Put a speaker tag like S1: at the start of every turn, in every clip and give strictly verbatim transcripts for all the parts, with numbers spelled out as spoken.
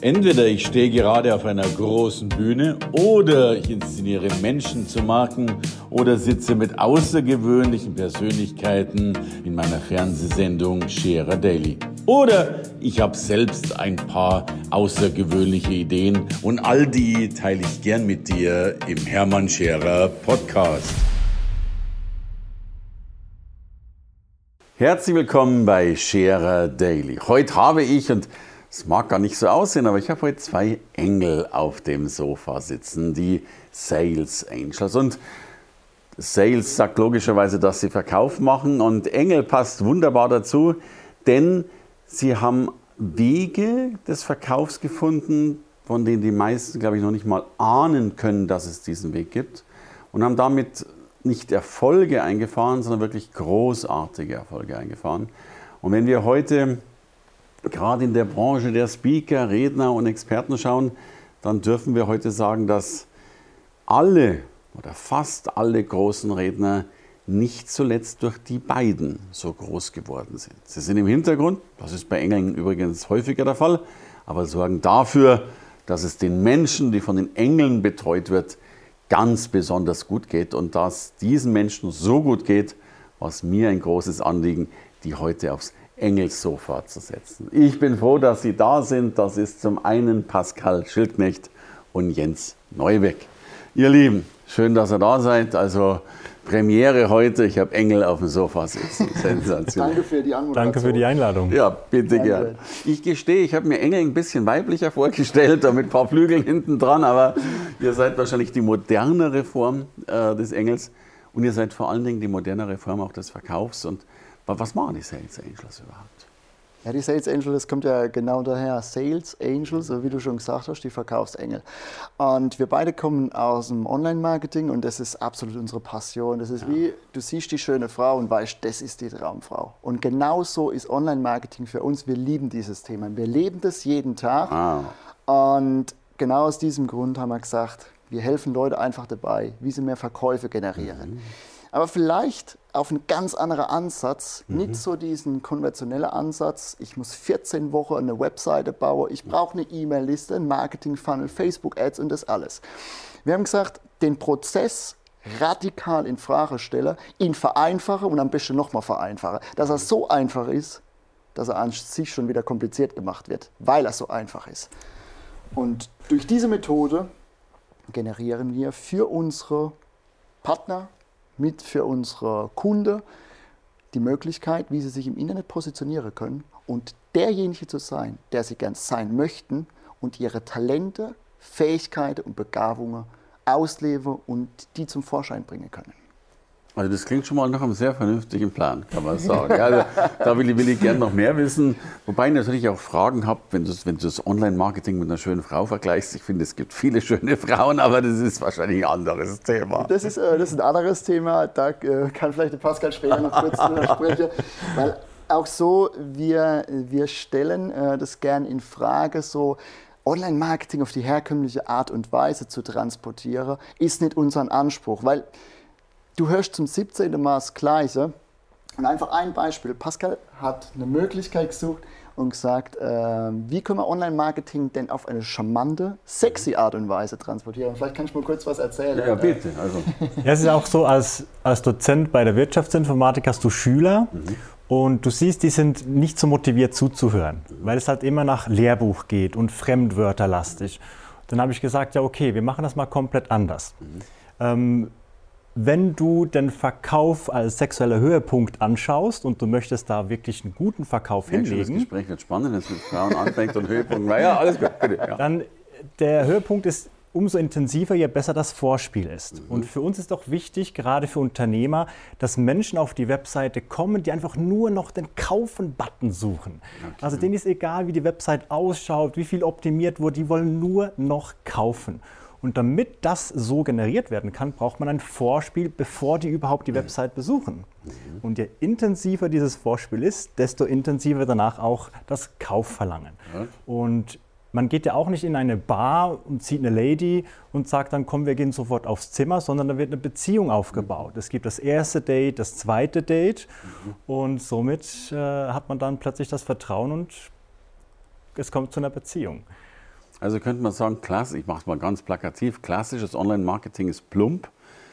S1: Entweder ich stehe gerade auf einer großen Bühne oder ich inszeniere Menschen zu Marken oder sitze mit außergewöhnlichen Persönlichkeiten in meiner Fernsehsendung Scherer Daily. Oder ich habe selbst ein paar außergewöhnliche Ideen und all die teile ich gern mit dir im Hermann Scherer Podcast. Herzlich willkommen bei Scherer Daily. Heute habe ich, und es mag gar nicht so aussehen, aber ich habe heute zwei Engel auf dem Sofa sitzen, die Sales Angels. Und Sales sagt logischerweise, dass sie Verkauf machen, und Engel passt wunderbar dazu, denn sie haben Wege des Verkaufs gefunden, von denen die meisten, glaube ich, noch nicht mal ahnen können, dass es diesen Weg gibt, und haben damit nicht Erfolge eingefahren, sondern wirklich großartige Erfolge eingefahren. Und wenn wir heute gerade in der Branche der Speaker, Redner und Experten schauen, dann dürfen wir heute sagen, dass alle oder fast alle großen Redner nicht zuletzt durch die beiden so groß geworden sind. Sie sind im Hintergrund, das ist bei Engeln übrigens häufiger der Fall, aber sorgen dafür, dass es den Menschen, die von den Engeln betreut wird, ganz besonders gut geht, und dass diesen Menschen so gut geht, war es mir ein großes Anliegen, die heute aufs Engelssofa zu setzen. Ich bin froh, dass Sie da sind. Das ist zum einen Pascal Schildknecht und Jens Neubeck. Ihr Lieben, schön, dass ihr da seid. Also Premiere heute, ich habe Engel auf dem Sofa sitzen. Sensationell.
S2: Danke für die Anmoderation.
S3: Danke für die Einladung.
S1: Ja, bitte gerne. Ich gestehe, ich habe mir Engel ein bisschen weiblicher vorgestellt, mit ein paar Flügeln hinten dran, aber ihr seid wahrscheinlich die modernere Form äh, des Engels, und ihr seid vor allen Dingen die modernere Form auch des Verkaufs. Und was machen die Sales Angels überhaupt?
S2: Ja, die Sales Angels, das kommt ja genau daher. Sales Angels, wie du schon gesagt hast, die Verkaufsengel. Und wir beide kommen aus dem Online-Marketing, und das ist absolut unsere Passion. Das ist ja wie, du siehst die schöne Frau und weißt, das ist die Traumfrau. Und genau so ist Online-Marketing für uns. Wir lieben dieses Thema. Wir leben das jeden Tag. Ah. Und genau aus diesem Grund haben wir gesagt, wir helfen Leute einfach dabei, wie sie mehr Verkäufe generieren. Mhm. Aber vielleicht auf einen ganz anderen Ansatz, mhm. nicht so diesen konventionellen Ansatz, ich muss vierzehn Wochen eine Webseite bauen, ich brauche eine E-Mail-Liste, ein Marketing-Funnel, Facebook-Ads und das alles. Wir haben gesagt, den Prozess radikal in Frage stellen, ihn vereinfachen und am besten nochmal vereinfachen. Dass er so einfach ist, dass er an sich schon wieder kompliziert gemacht wird, weil er so einfach ist. Und durch diese Methode generieren wir für unsere Partner, mit für unsere Kunden die Möglichkeit, wie sie sich im Internet positionieren können und derjenige zu sein, der sie gern sein möchten und ihre Talente, Fähigkeiten und Begabungen ausleben und die zum Vorschein bringen können.
S1: Also das klingt schon mal nach einem sehr vernünftigen Plan, kann man sagen. Also, da will ich, will ich gerne noch mehr wissen. Wobei ich natürlich auch Fragen habe, wenn du, wenn du das Online-Marketing mit einer schönen Frau vergleichst. Ich finde, es gibt viele schöne Frauen, aber das ist wahrscheinlich ein anderes Thema.
S2: Das ist, äh, das ist ein anderes Thema. Da äh, kann vielleicht der Pascal später noch kurz drüber sprechen. Weil auch so, wir, wir stellen äh, das gern in Frage, so Online-Marketing auf die herkömmliche Art und Weise zu transportieren, ist nicht unser Anspruch. Weil du hörst zum siebzehnten Mal das Gleiche. Und einfach ein Beispiel. Pascal hat eine Möglichkeit gesucht und gesagt, äh, wie können wir Online-Marketing denn auf eine charmante, sexy Art und Weise transportieren? Vielleicht kannst du mal kurz was erzählen.
S1: Ja, bitte. Also.
S3: Ja, es ist auch so, als, als Dozent bei der Wirtschaftsinformatik hast du Schüler, mhm. und du siehst, die sind nicht so motiviert zuzuhören, mhm. weil es halt immer nach Lehrbuch geht und fremdwörterlastig. Dann habe ich gesagt, ja okay, wir machen das mal komplett anders. Mhm. Ähm, Wenn du den Verkauf als sexueller Höhepunkt anschaust und du möchtest da wirklich einen guten Verkauf
S1: Mensch,
S3: hinlegen.
S1: Das Gespräch wird spannend, wenn es mit Frauen anfängt und Höhepunkt. Na ja, alles gut, bitte. Ja.
S3: Dann der Höhepunkt ist umso intensiver, je besser das Vorspiel ist. Mhm. Und für uns ist auch wichtig, gerade für Unternehmer, dass Menschen auf die Webseite kommen, die einfach nur noch den Kaufen-Button suchen. Okay. Also denen ist egal, wie die Website ausschaut, wie viel optimiert wurde, die wollen nur noch kaufen. Und damit das so generiert werden kann, braucht man ein Vorspiel, bevor die überhaupt die Website besuchen. Mhm. Und je intensiver dieses Vorspiel ist, desto intensiver danach auch das Kaufverlangen. Mhm. Und man geht ja auch nicht in eine Bar und sieht eine Lady und sagt dann, komm, wir gehen sofort aufs Zimmer, sondern da wird eine Beziehung aufgebaut. Es gibt das erste Date, das zweite Date, mhm. und somit äh, hat man dann plötzlich das Vertrauen und es kommt zu einer Beziehung.
S1: Also könnte man sagen, klass, ich mache es mal ganz plakativ, klassisches Online-Marketing ist plump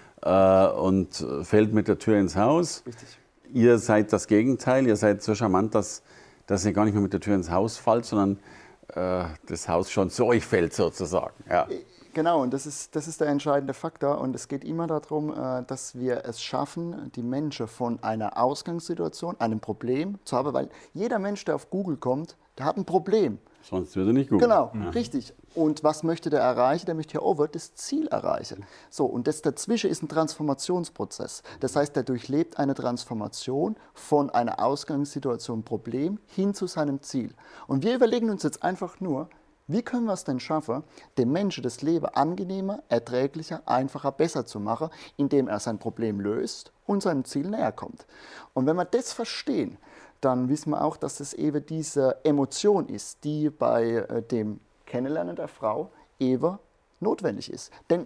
S1: äh, und fällt mit der Tür ins Haus.
S2: Richtig.
S1: Ihr seid das Gegenteil, ihr seid so charmant, dass, dass ihr gar nicht mehr mit der Tür ins Haus fallt, sondern äh, das Haus schon zu euch fällt sozusagen. Ja.
S2: Genau, und das ist, das ist der entscheidende Faktor. Und es geht immer darum, äh, dass wir es schaffen, die Menschen von einer Ausgangssituation, einem Problem zu haben, weil jeder Mensch, der auf Google kommt, der hat ein Problem.
S1: Sonst würde er nicht gut.
S2: Genau, ja. Richtig. Und was möchte der erreichen? Der möchte ja over das Ziel erreichen. So, und das dazwischen ist ein Transformationsprozess. Das heißt, der durchlebt eine Transformation von einer Ausgangssituation, Problem, hin zu seinem Ziel. Und wir überlegen uns jetzt einfach nur, wie können wir es denn schaffen, dem Menschen das Leben angenehmer, erträglicher, einfacher, besser zu machen, indem er sein Problem löst und seinem Ziel näher kommt. Und wenn wir das verstehen, dann wissen wir auch, dass es eben diese Emotion ist, die bei dem Kennenlernen der Frau eben notwendig ist. Denn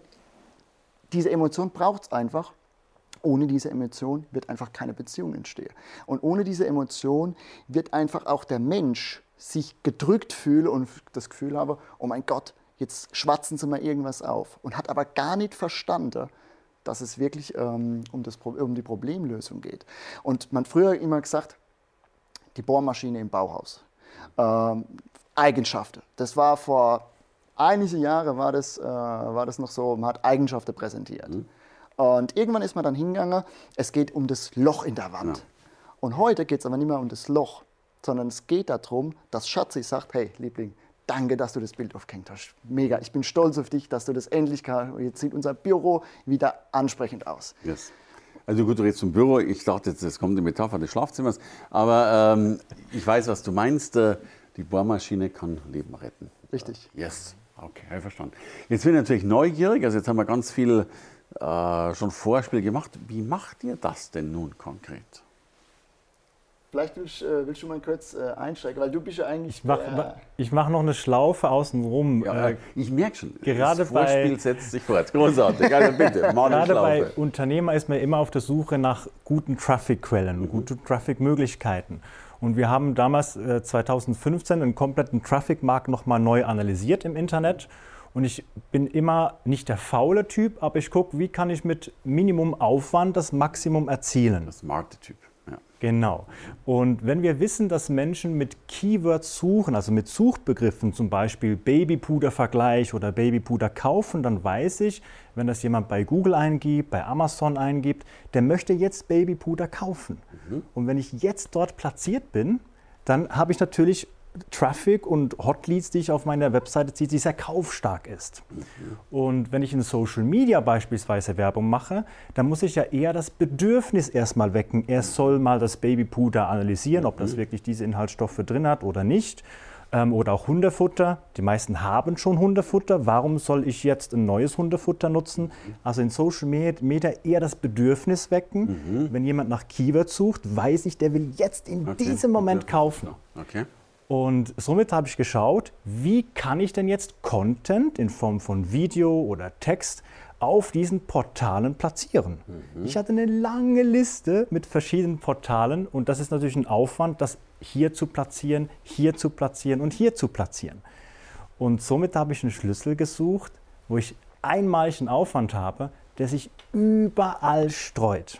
S2: diese Emotion braucht es einfach. Ohne diese Emotion wird einfach keine Beziehung entstehen. Und ohne diese Emotion wird einfach auch der Mensch sich gedrückt fühlen und das Gefühl haben, oh mein Gott, jetzt schwatzen sie mal irgendwas auf. Und hat aber gar nicht verstanden, dass es wirklich ähm, um, das, um die Problemlösung geht. Und man früher immer gesagt, die Bohrmaschine im Bauhaus. Ähm, Eigenschaften. Das war vor einigen Jahren war das, äh, war das noch so, man hat Eigenschaften präsentiert. Mhm. Und irgendwann ist man dann hingegangen, es geht um das Loch in der Wand. Ja. Und heute geht es aber nicht mehr um das Loch, sondern es geht darum, dass Schatzi sagt, hey Liebling, danke, dass du das Bild aufgehängt hast. Mega, ich bin stolz auf dich, dass du das endlich kannst. Jetzt sieht unser Büro wieder ansprechend aus.
S1: Yes. Also gut, du redest zum Büro. Ich dachte jetzt, es kommt die Metapher des Schlafzimmers. Aber ähm, ich weiß, was du meinst. Die Bohrmaschine kann Leben retten.
S2: Richtig.
S1: Yes. Okay, verstanden. Jetzt bin ich natürlich neugierig. Also jetzt haben wir ganz viel äh, schon Vorspiel gemacht. Wie macht ihr das denn nun konkret?
S2: Vielleicht willst, äh, willst du mal kurz äh, einsteigen, weil du bist ja eigentlich...
S3: Ich mache äh, mach noch eine Schlaufe außenrum.
S1: Ja, äh, ich merke schon,
S3: gerade
S1: das Vorspiel
S3: bei,
S1: setzt sich fort. Großartig, also bitte, mal eine
S3: Gerade
S1: Schlaufe.
S3: bei Unternehmer ist man immer auf der Suche nach guten Traffic-Quellen, mhm. guten Traffic-Möglichkeiten. Und wir haben damals äh, zweitausendfünfzehn einen kompletten Traffic-Markt nochmal neu analysiert im Internet. Und ich bin immer nicht der faule Typ, aber ich gucke, wie kann ich mit Minimum Aufwand das Maximum erzielen.
S1: Das smarte Typ. Ja.
S3: Genau. Und wenn wir wissen, dass Menschen mit Keywords suchen, also mit Suchbegriffen, zum Beispiel Babypuder-Vergleich oder Babypuder kaufen, dann weiß ich, wenn das jemand bei Google eingibt, bei Amazon eingibt, der möchte jetzt Babypuder kaufen. Mhm. Und wenn ich jetzt dort platziert bin, dann habe ich natürlich Traffic und Hotleads, die ich auf meiner Webseite ziehe, die sehr kaufstark ist. Mhm. Und wenn ich in Social Media beispielsweise Werbung mache, dann muss ich ja eher das Bedürfnis erstmal wecken. Er soll mal das Babypuder analysieren, ob das wirklich diese Inhaltsstoffe drin hat oder nicht. Ähm, oder auch Hundefutter. Die meisten haben schon Hundefutter. Warum soll ich jetzt ein neues Hundefutter nutzen? Also in Social Media eher das Bedürfnis wecken. Mhm. Wenn jemand nach Keywords sucht, weiß ich, der will jetzt in okay. diesem Moment okay. kaufen.
S1: Okay.
S3: Und somit habe ich geschaut, wie kann ich denn jetzt Content in Form von Video oder Text auf diesen Portalen platzieren. Mhm. Ich hatte eine lange Liste mit verschiedenen Portalen und das ist natürlich ein Aufwand, das hier zu platzieren, hier zu platzieren und hier zu platzieren. Und somit habe ich einen Schlüssel gesucht, wo ich einmaligen Aufwand habe, der sich überall streut.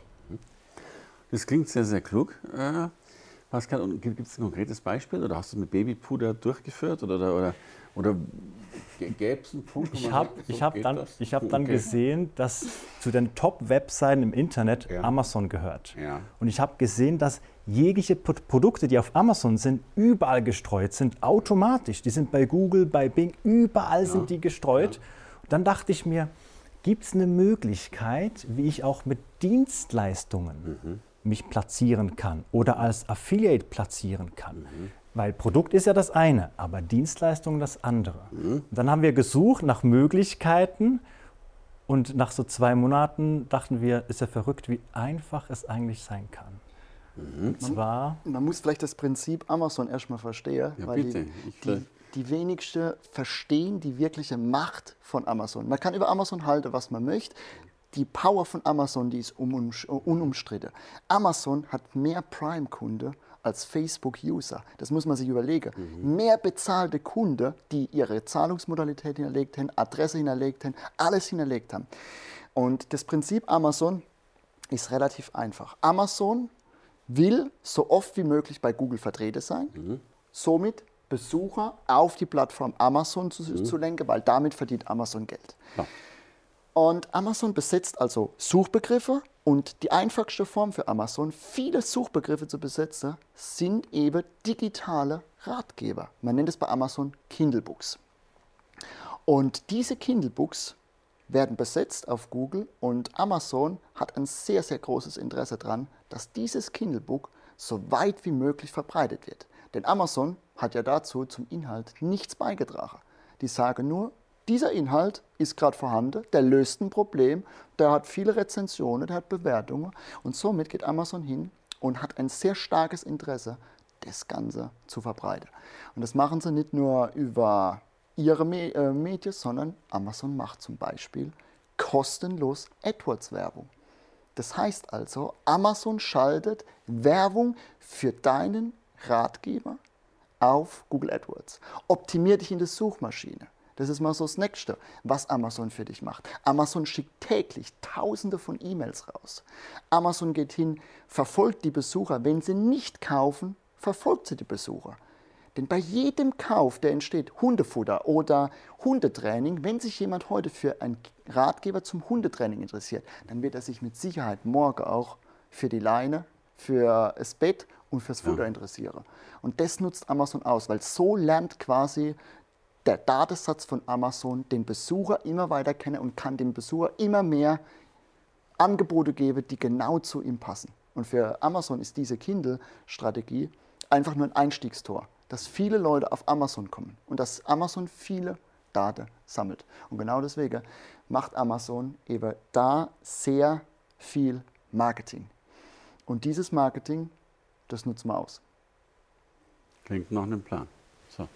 S1: Das klingt sehr, sehr klug. Äh Pascal, gibt es ein konkretes Beispiel oder hast du es mit Babypuder durchgeführt oder, oder, oder gäbe es einen Punkt?
S3: Ich habe so hab dann, ich hab dann okay. gesehen, dass zu den Top-Webseiten im Internet ja. Amazon gehört. Ja. Und ich habe gesehen, dass jegliche Produkte, die auf Amazon sind, überall gestreut sind, automatisch. Die sind bei Google, bei Bing, überall ja. sind die gestreut. Ja. Und dann dachte ich mir, gibt es eine Möglichkeit, wie ich auch mit Dienstleistungen mhm. mich platzieren kann oder als Affiliate platzieren kann. Mhm. Weil Produkt ist ja das eine, aber Dienstleistung das andere. Mhm. Dann haben wir gesucht nach Möglichkeiten und nach so zwei Monaten dachten wir, ist ja verrückt, wie einfach es eigentlich sein kann.
S2: Mhm. Und zwar man, man muss vielleicht das Prinzip Amazon erstmal verstehen,
S1: ja,
S2: weil
S1: bitte.
S2: Die, die, die wenigsten verstehen die wirkliche Macht von Amazon. Man kann über Amazon halten, was man möchte. die Power von Amazon, die ist unumstritten. Amazon hat mehr Prime-Kunden als Facebook-User. Das muss man sich überlegen. Mhm. Mehr bezahlte Kunden, die ihre Zahlungsmodalität hinterlegt haben, Adresse hinterlegt haben, alles hinterlegt haben. Und das Prinzip Amazon ist relativ einfach. Amazon will so oft wie möglich bei Google vertreten sein, mhm. somit Besucher auf die Plattform Amazon zu, mhm. zu lenken, weil damit verdient Amazon Geld. Ja. Und Amazon besetzt also Suchbegriffe und die einfachste Form für Amazon, viele Suchbegriffe zu besetzen, sind eben digitale Ratgeber. Man nennt es bei Amazon Kindle Books. Und diese Kindle Books werden besetzt auf Google und Amazon hat ein sehr, sehr großes Interesse daran, dass dieses Kindle Book so weit wie möglich verbreitet wird. Denn Amazon hat ja dazu zum Inhalt nichts beigetragen. Die sagen nur, dieser Inhalt ist gerade vorhanden, der löst ein Problem, der hat viele Rezensionen, der hat Bewertungen und somit geht Amazon hin und hat ein sehr starkes Interesse, das Ganze zu verbreiten. Und das machen sie nicht nur über ihre Medien, sondern Amazon macht zum Beispiel kostenlos AdWords-Werbung. Das heißt also, Amazon schaltet Werbung für deinen Ratgeber auf Google AdWords. Optimiert dich in der Suchmaschine. Das ist mal so das Nächste, was Amazon für dich macht. Amazon schickt täglich Tausende von E-Mails raus. Amazon geht hin, verfolgt die Besucher. Wenn sie nicht kaufen, verfolgt sie die Besucher. Denn bei jedem Kauf, der entsteht, Hundefutter oder Hundetraining, wenn sich jemand heute für einen Ratgeber zum Hundetraining interessiert, dann wird er sich mit Sicherheit morgen auch für die Leine, für das Bett und fürs Futter ja. interessieren. Und das nutzt Amazon aus, weil so lernt quasi der Datensatz von Amazon den Besucher immer weiter kennen und kann dem Besucher immer mehr Angebote geben, die genau zu ihm passen. Und für Amazon ist diese Kindle-Strategie einfach nur ein Einstiegstor, dass viele Leute auf Amazon kommen und dass Amazon viele Daten sammelt. Und genau deswegen macht Amazon eben da sehr viel Marketing. Und dieses Marketing, das nutzen wir aus.
S1: Klingt nach einem Plan. So.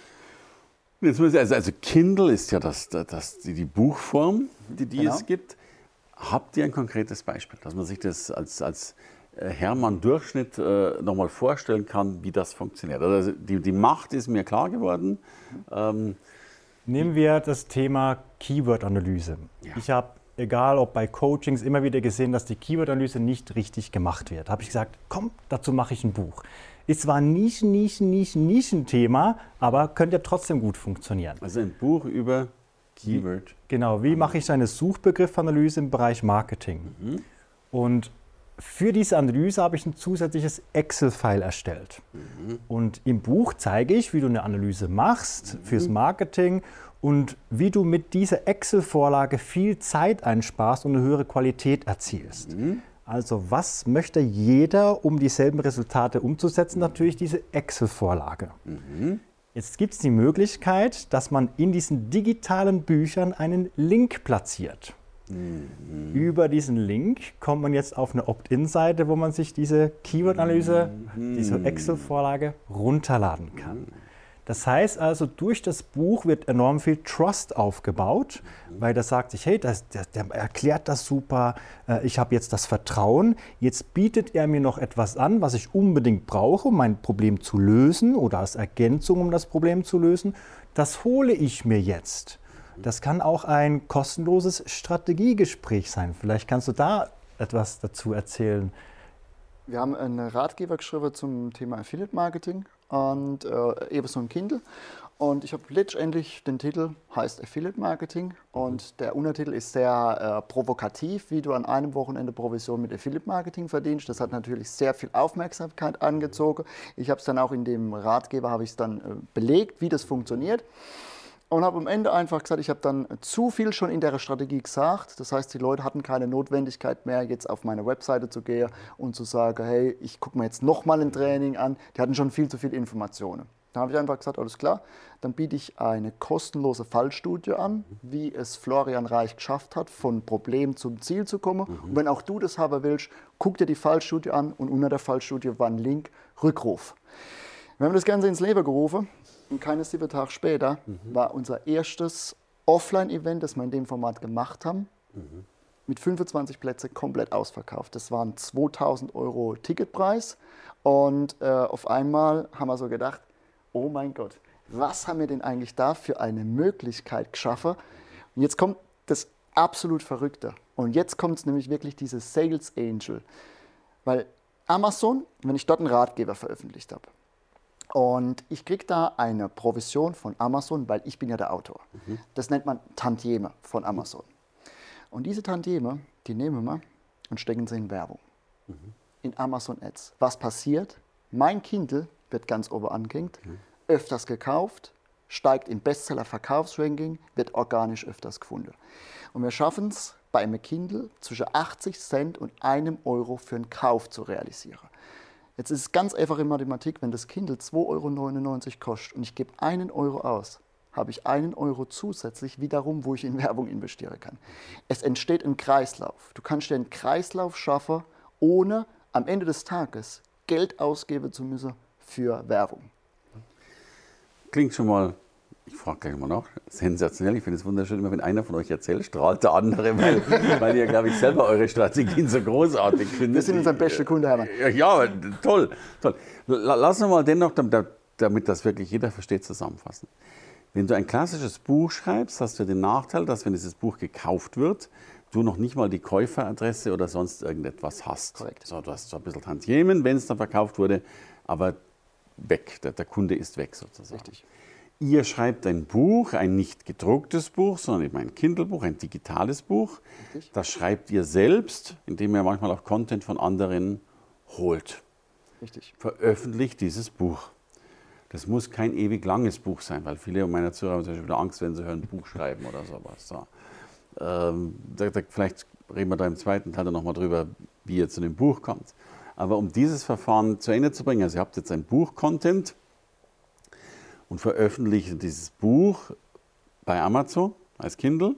S1: Jetzt muss ich, also, also Kindle ist ja das, das, die, die Buchform, die, die genau. es gibt. Habt ihr ein konkretes Beispiel, dass man sich das als, als Hermann-Durchschnitt äh, nochmal vorstellen kann, wie das funktioniert? Also die, die Macht ist mir klar geworden. Ähm,
S3: Nehmen wir das Thema Keyword-Analyse. Ja. Ich habe, egal ob bei Coachings, immer wieder gesehen, dass die Keyword-Analyse nicht richtig gemacht wird. Habe ich gesagt, komm, dazu mache ich ein Buch. Ist zwar ein Nischen, Nischen, Nischen, Nischenthema, aber könnte ja trotzdem gut funktionieren.
S1: Also ein Buch über Keyword.
S3: Wie, genau, wie mache ich eine Suchbegriffanalyse im Bereich Marketing? Mhm. Und für diese Analyse habe ich ein zusätzliches Excel-File erstellt. Mhm. Und im Buch zeige ich, wie du eine Analyse machst mhm. fürs Marketing und wie du mit dieser Excel-Vorlage viel Zeit einsparst und eine höhere Qualität erzielst. Mhm. Also was möchte jeder, um dieselben Resultate umzusetzen? Natürlich diese Excel-Vorlage. Mhm. Jetzt gibt es die Möglichkeit, dass man in diesen digitalen Büchern einen Link platziert. Mhm. Über diesen Link kommt man jetzt auf eine Opt-in-Seite, wo man sich diese Keyword-Analyse, mhm. diese Excel-Vorlage runterladen kann. Mhm. Das heißt also, durch das Buch wird enorm viel Trust aufgebaut, mhm. weil der sagt sich, hey, das, der, der erklärt das super, äh, ich habe jetzt das Vertrauen, jetzt bietet er mir noch etwas an, was ich unbedingt brauche, um mein Problem zu lösen oder als Ergänzung, um das Problem zu lösen. Das hole ich mir jetzt. Das kann auch ein kostenloses Strategiegespräch sein. Vielleicht kannst du da etwas dazu erzählen.
S2: Wir haben einen Ratgeber geschrieben zum Thema Affiliate Marketing und äh, eben so ein Kindle. Und ich habe letztendlich, den Titel heißt Affiliate Marketing und der Untertitel ist sehr äh, provokativ, wie du an einem Wochenende Provision mit Affiliate Marketing verdienst. Das hat natürlich sehr viel Aufmerksamkeit angezogen. Ich habe es dann auch in dem Ratgeber habe ich es dann äh, belegt, wie das funktioniert. Und habe am Ende einfach gesagt, ich habe dann zu viel schon in der Strategie gesagt. Das heißt, die Leute hatten keine Notwendigkeit mehr, jetzt auf meine Webseite zu gehen und zu sagen, hey, ich gucke mir jetzt nochmal ein Training an. Die hatten schon viel zu viel Informationen. Da habe ich einfach gesagt, alles klar, dann biete ich eine kostenlose Fallstudie an, wie es Florian Reich geschafft hat, von Problem zum Ziel zu kommen. Mhm. Und wenn auch du das haben willst, guck dir die Fallstudie an und unter der Fallstudie war ein Link, Rückruf. Wir haben das Ganze ins Leben gerufen. Und keine sieben Tage später mhm. war unser erstes Offline-Event, das wir in dem Format gemacht haben, mhm. mit fünfundzwanzig Plätzen komplett ausverkauft. Das waren zweitausend Euro Ticketpreis und äh, auf einmal haben wir so gedacht, oh mein Gott, was haben wir denn eigentlich da für eine Möglichkeit geschaffen? Und jetzt kommt das absolut Verrückte. Und jetzt kommt es nämlich wirklich dieses Sales Angel. Weil Amazon, wenn ich dort einen Ratgeber veröffentlicht habe und ich kriege da eine Provision von Amazon, weil ich bin ja der Autor. Mhm. Das nennt man Tantieme von Amazon. Und diese Tantieme, die nehmen wir und stecken sie in Werbung. Mhm. In Amazon Ads. Was passiert? Mein Kindle wird ganz oben angehängt, mhm. öfters gekauft, steigt im Bestseller-Verkaufsranking, wird organisch öfters gefunden. Und wir schaffen es, bei einem Kindle zwischen achtzig Cent und einem Euro für einen Kauf zu realisieren. Jetzt ist es ganz einfache Mathematik, wenn das Kindle zwei Euro neunundneunzig kostet und ich gebe einen Euro aus, habe ich einen Euro zusätzlich wiederum, wo ich in Werbung investieren kann. Es entsteht ein Kreislauf. Du kannst dir einen Kreislauf schaffen, ohne am Ende des Tages Geld ausgeben zu müssen für Werbung.
S1: Klingt schon mal, ich frage gleich mal nach, sensationell. Ich finde es wunderschön, immer wenn einer von euch erzählt, strahlt der andere, weil, weil ihr, glaube ich, selber eure Strategien so großartig findet.
S2: Wir sind unser bester Kunde, Hermann.
S1: Ja, toll, toll. Lass uns mal dennoch, damit das wirklich jeder versteht, zusammenfassen. Wenn du ein klassisches Buch schreibst, hast du den Nachteil, dass wenn dieses Buch gekauft wird, du noch nicht mal die Käuferadresse oder sonst irgendetwas hast.
S2: Korrekt.
S1: So, du hast zwar ein bisschen Tantiemen, wenn es dann verkauft wurde, aber weg, der, der Kunde ist weg sozusagen.
S2: Richtig.
S1: Ihr schreibt ein Buch, ein nicht gedrucktes Buch, sondern eben ein Kindle-Buch, ein digitales Buch.
S2: Richtig.
S1: Das schreibt ihr selbst, indem ihr manchmal auch Content von anderen holt.
S2: Richtig.
S1: Veröffentlicht dieses Buch. Das muss kein ewig langes Buch sein, weil viele meiner Zuhörer haben zum Beispiel wieder Angst, wenn sie hören, ein Buch schreiben oder sowas. So. Ähm, da, da, vielleicht reden wir da im zweiten Teil dann nochmal drüber, wie ihr zu dem Buch kommt. Aber um dieses Verfahren zu Ende zu bringen, also ihr habt jetzt ein Buch-Content und veröffentlicht dieses Buch bei Amazon als Kindle.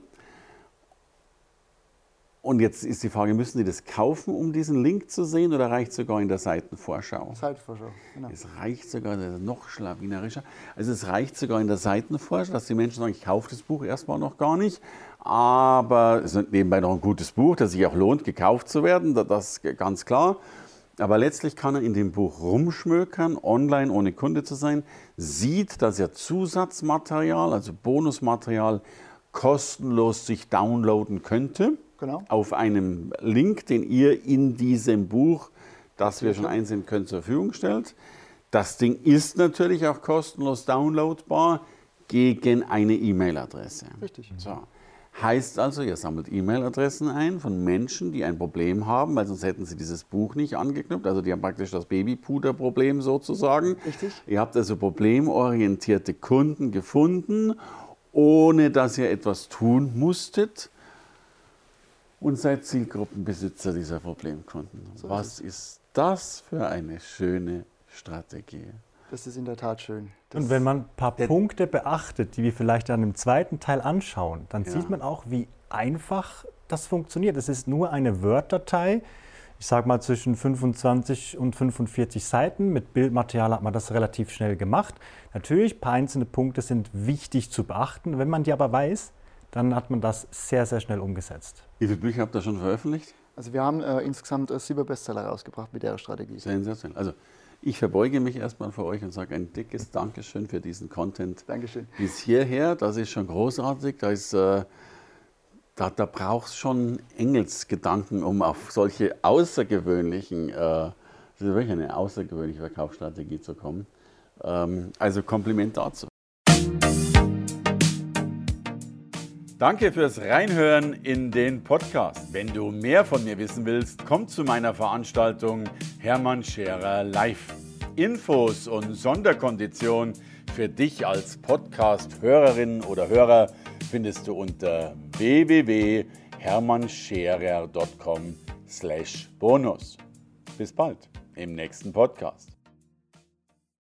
S1: Und jetzt ist die Frage, müssen die das kaufen, um diesen Link zu sehen, oder reicht es sogar in der Seitenvorschau?
S2: Seitenvorschau, genau.
S1: Es reicht sogar, das ist noch schlawinerischer, also es reicht sogar in der Seitenvorschau, dass die Menschen sagen, ich kaufe das Buch erstmal noch gar nicht, aber es ist nebenbei noch ein gutes Buch, das sich auch lohnt, gekauft zu werden, das ist ganz klar. Aber letztlich kann er in dem Buch rumschmökern, online ohne Kunde zu sein, sieht, dass er Zusatzmaterial, also Bonusmaterial, kostenlos sich downloaden könnte.
S2: Genau.
S1: Auf einem Link, den ihr in diesem Buch, das wir schon einsehen können, zur Verfügung stellt. Das Ding ist natürlich auch kostenlos downloadbar gegen eine E-Mail-Adresse.
S2: Richtig.
S1: So. Heißt also, ihr sammelt E-Mail-Adressen ein von Menschen, die ein Problem haben, weil sonst hätten sie dieses Buch nicht angeknüpft. Also die haben praktisch das Babypuder-Problem sozusagen.
S2: Richtig.
S1: Ihr habt also problemorientierte Kunden gefunden, ohne dass ihr etwas tun musstet. Und seid Zielgruppenbesitzer dieser Problemkunden. So Was ist, ist das für eine schöne Strategie?
S2: Das ist in der Tat schön. Das
S3: Und wenn man ein paar Punkte beachtet, die wir vielleicht dann im zweiten Teil anschauen, dann
S1: ja.
S3: sieht man auch, wie einfach das funktioniert. Es ist nur eine Word-Datei, ich sage mal zwischen fünfundzwanzig und fünfundvierzig Seiten. Mit Bildmaterial hat man das relativ schnell gemacht. Natürlich, ein paar einzelne Punkte sind wichtig zu beachten. Wenn man die aber weiß, dann hat man das sehr, sehr schnell umgesetzt.
S1: Wie viele Bücher habt ihr schon veröffentlicht?
S2: Also wir haben äh, insgesamt äh, sieben Bestseller rausgebracht mit der Strategie.
S1: Sensationell. Also ich verbeuge mich erstmal vor euch und sage ein dickes Dankeschön für diesen Content.
S2: Dankeschön.
S1: Bis hierher, das ist schon großartig. Da, ist, äh, da, da braucht es schon Engelsgedanken, um auf solche außergewöhnlichen, äh, das ist wirklich eine außergewöhnliche Verkaufsstrategie zu kommen. Ähm, also Kompliment dazu. Danke fürs Reinhören in den Podcast. Wenn du mehr von mir wissen willst, komm zu meiner Veranstaltung Hermann Scherer Live. Infos und Sonderkonditionen für dich als Podcast-Hörerin oder Hörer findest du unter w w w punkt hermann scherer punkt com slash bonus. Bis bald im nächsten Podcast.